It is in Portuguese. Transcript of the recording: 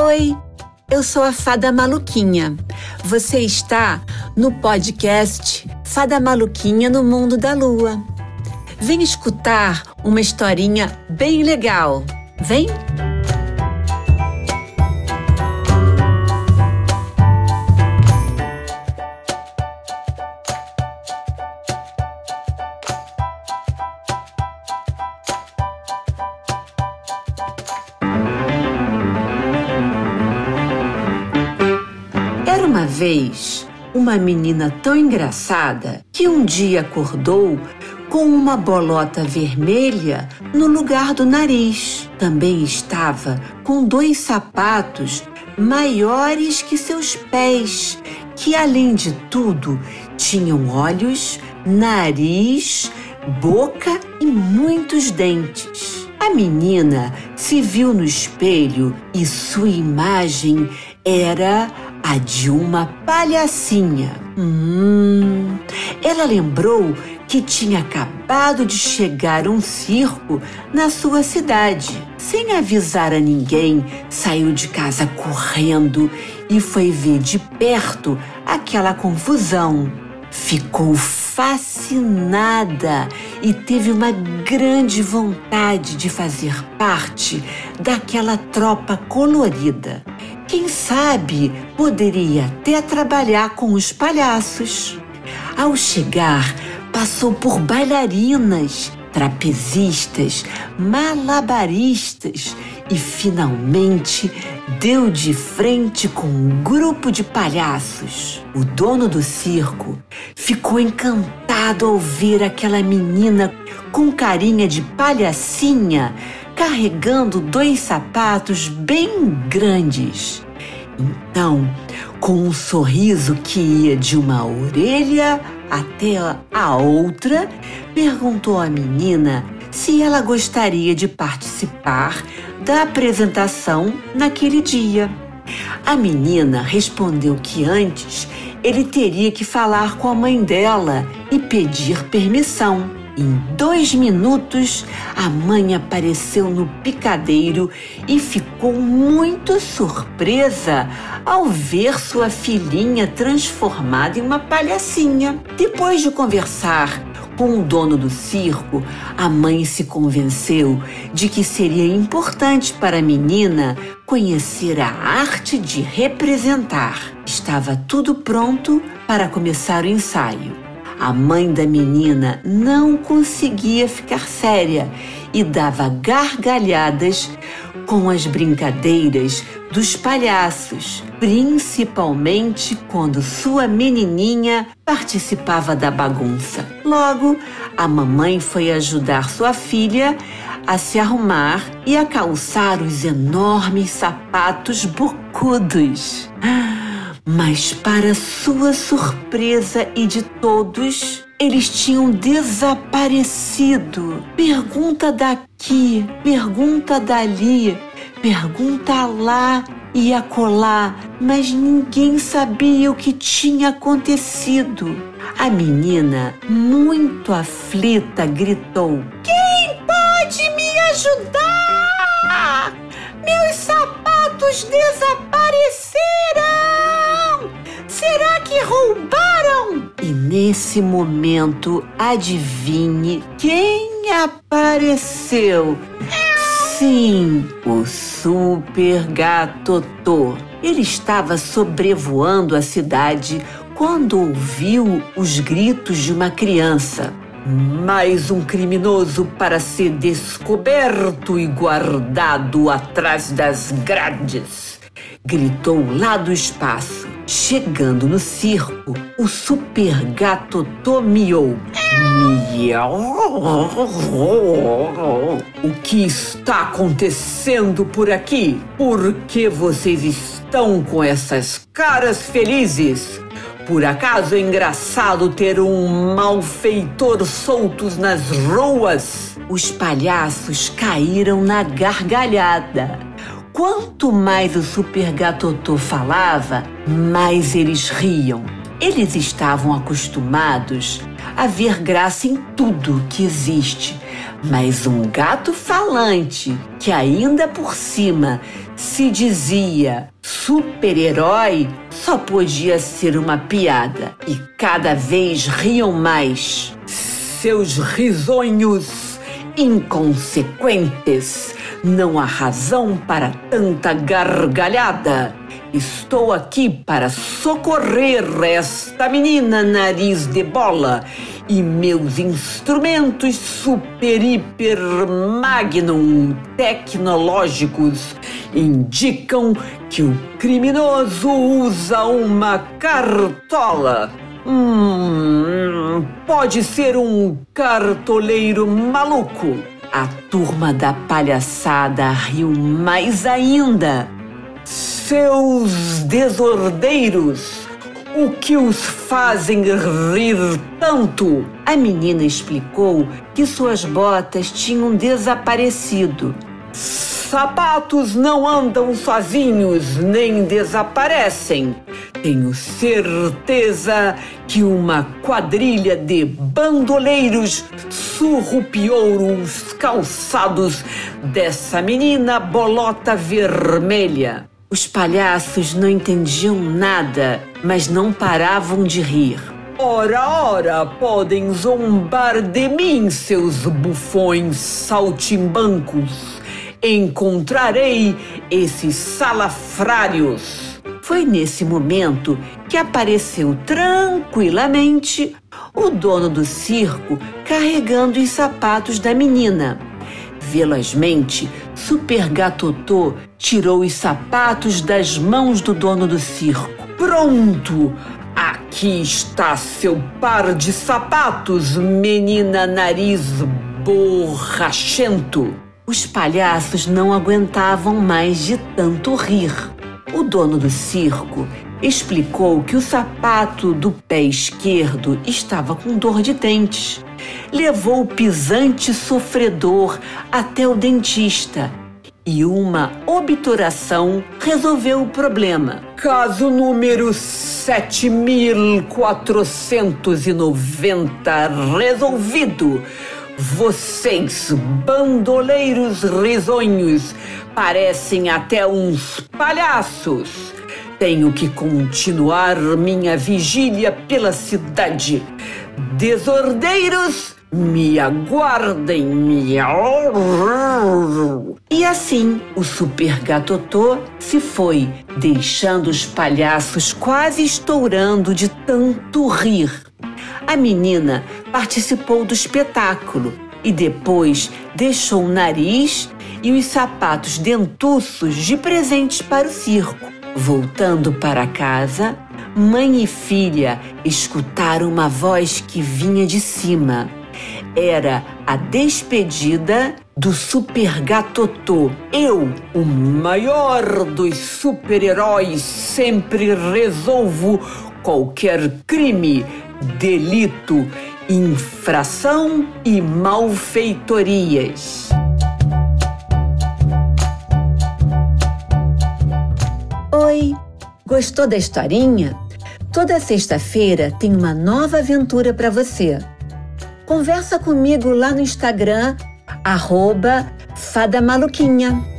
Oi, eu sou a Fada Maluquinha. Você está no podcast Fada Maluquinha no Mundo da Lua. Vem escutar uma historinha bem legal. Vem! Era uma vez uma menina tão engraçada que um dia acordou com uma bolota vermelha no lugar do nariz. Também estava com 2 sapatos maiores que seus pés, que além de tudo tinham olhos, nariz, boca e muitos dentes. A menina se viu no espelho e sua imagem era a de uma palhacinha. Ela lembrou que tinha acabado de chegar um circo na sua cidade. Sem avisar a ninguém, saiu de casa correndo e foi ver de perto aquela confusão. Ficou fascinada e teve uma grande vontade de fazer parte daquela tropa colorida. Quem sabe poderia até trabalhar com os palhaços. Ao chegar, passou por bailarinas, trapezistas, malabaristas e finalmente deu de frente com um grupo de palhaços. O dono do circo ficou encantado ao ver aquela menina com carinha de palhacinha carregando 2 sapatos bem grandes. Então, com um sorriso que ia de uma orelha até a outra, perguntou à menina se ela gostaria de participar da apresentação naquele dia. A menina respondeu que antes ele teria que falar com a mãe dela e pedir permissão. Em 2 minutos, a mãe apareceu no picadeiro e ficou muito surpresa ao ver sua filhinha transformada em uma palhacinha. Depois de conversar com o dono do circo, a mãe se convenceu de que seria importante para a menina conhecer a arte de representar. Estava tudo pronto para começar o ensaio. A mãe da menina não conseguia ficar séria e dava gargalhadas com as brincadeiras dos palhaços, principalmente quando sua menininha participava da bagunça. Logo, a mamãe foi ajudar sua filha a se arrumar e a calçar os enormes sapatos bocudos. Mas, para sua surpresa e de todos, eles tinham desaparecido. Pergunta daqui, pergunta dali, pergunta lá e acolá, mas ninguém sabia o que tinha acontecido. A menina, muito aflita, gritou: "Quem pode me ajudar? Meus sapatos desapareceram! Será que roubaram?" E nesse momento, adivinhe quem apareceu? Sim, o Super Gatotô. Ele estava sobrevoando a cidade quando ouviu os gritos de uma criança. "Mais um criminoso para ser descoberto e guardado atrás das grades!" gritou lá do espaço. Chegando no circo, o Super Gatotô miou. "Miau! O que está acontecendo por aqui? Por que vocês estão com essas caras felizes? Por acaso é engraçado ter um malfeitor soltos nas ruas?" Os palhaços caíram na gargalhada. Quanto mais o Super Gatotô falava, mais eles riam. Eles estavam acostumados a ver graça em tudo que existe, Mas um gato falante, que ainda por cima se dizia super-herói, só podia ser uma piada. E cada vez riam mais. Seus risonhos inconsequentes. Não há razão para tanta gargalhada. Estou aqui para socorrer esta menina nariz de bola e meus instrumentos super, hiper, magnum tecnológicos indicam que o criminoso usa uma cartola. Pode ser um cartoleiro maluco. A turma da palhaçada riu mais ainda. Seus desordeiros, o que os fazem rir tanto? A menina explicou que suas botas tinham desaparecido. Sapatos não andam sozinhos nem desaparecem. Tenho certeza que uma quadrilha de bandoleiros surrupiou os calçados dessa menina bolota vermelha. Os palhaços não entendiam nada, mas não paravam de rir. Ora, podem zombar de mim, seus bufões saltimbancos. Encontrarei esses salafrários. Foi nesse momento que apareceu tranquilamente o dono do circo carregando os sapatos da menina. Velozmente, Super Gatotô tirou os sapatos das mãos do dono do circo. Pronto! Aqui está seu par de sapatos, menina nariz borrachento. Os palhaços não aguentavam mais de tanto rir. O dono do circo explicou que o sapato do pé esquerdo estava com dor de dentes. Levou o pisante sofredor até o dentista e uma obturação resolveu o problema. Caso número 7490 resolvido. Vocês, bandoleiros risonhos, parecem até uns palhaços. Tenho que continuar minha vigília pela cidade. Desordeiros, me aguardem, E assim, o Super Gatotô se foi, deixando os palhaços quase estourando de tanto rir. A menina participou do espetáculo e depois deixou o nariz e os sapatos dentuços de presentes para o circo. Voltando para casa, mãe e filha escutaram uma voz que vinha de cima. Era a despedida do Super Gatotô. Eu, o maior dos super-heróis, sempre resolvo qualquer crime, delito, infração e malfeitorias. Oi, gostou da historinha? Toda sexta-feira tem uma nova aventura para você. Conversa comigo lá no Instagram, @Fada Maluquinha.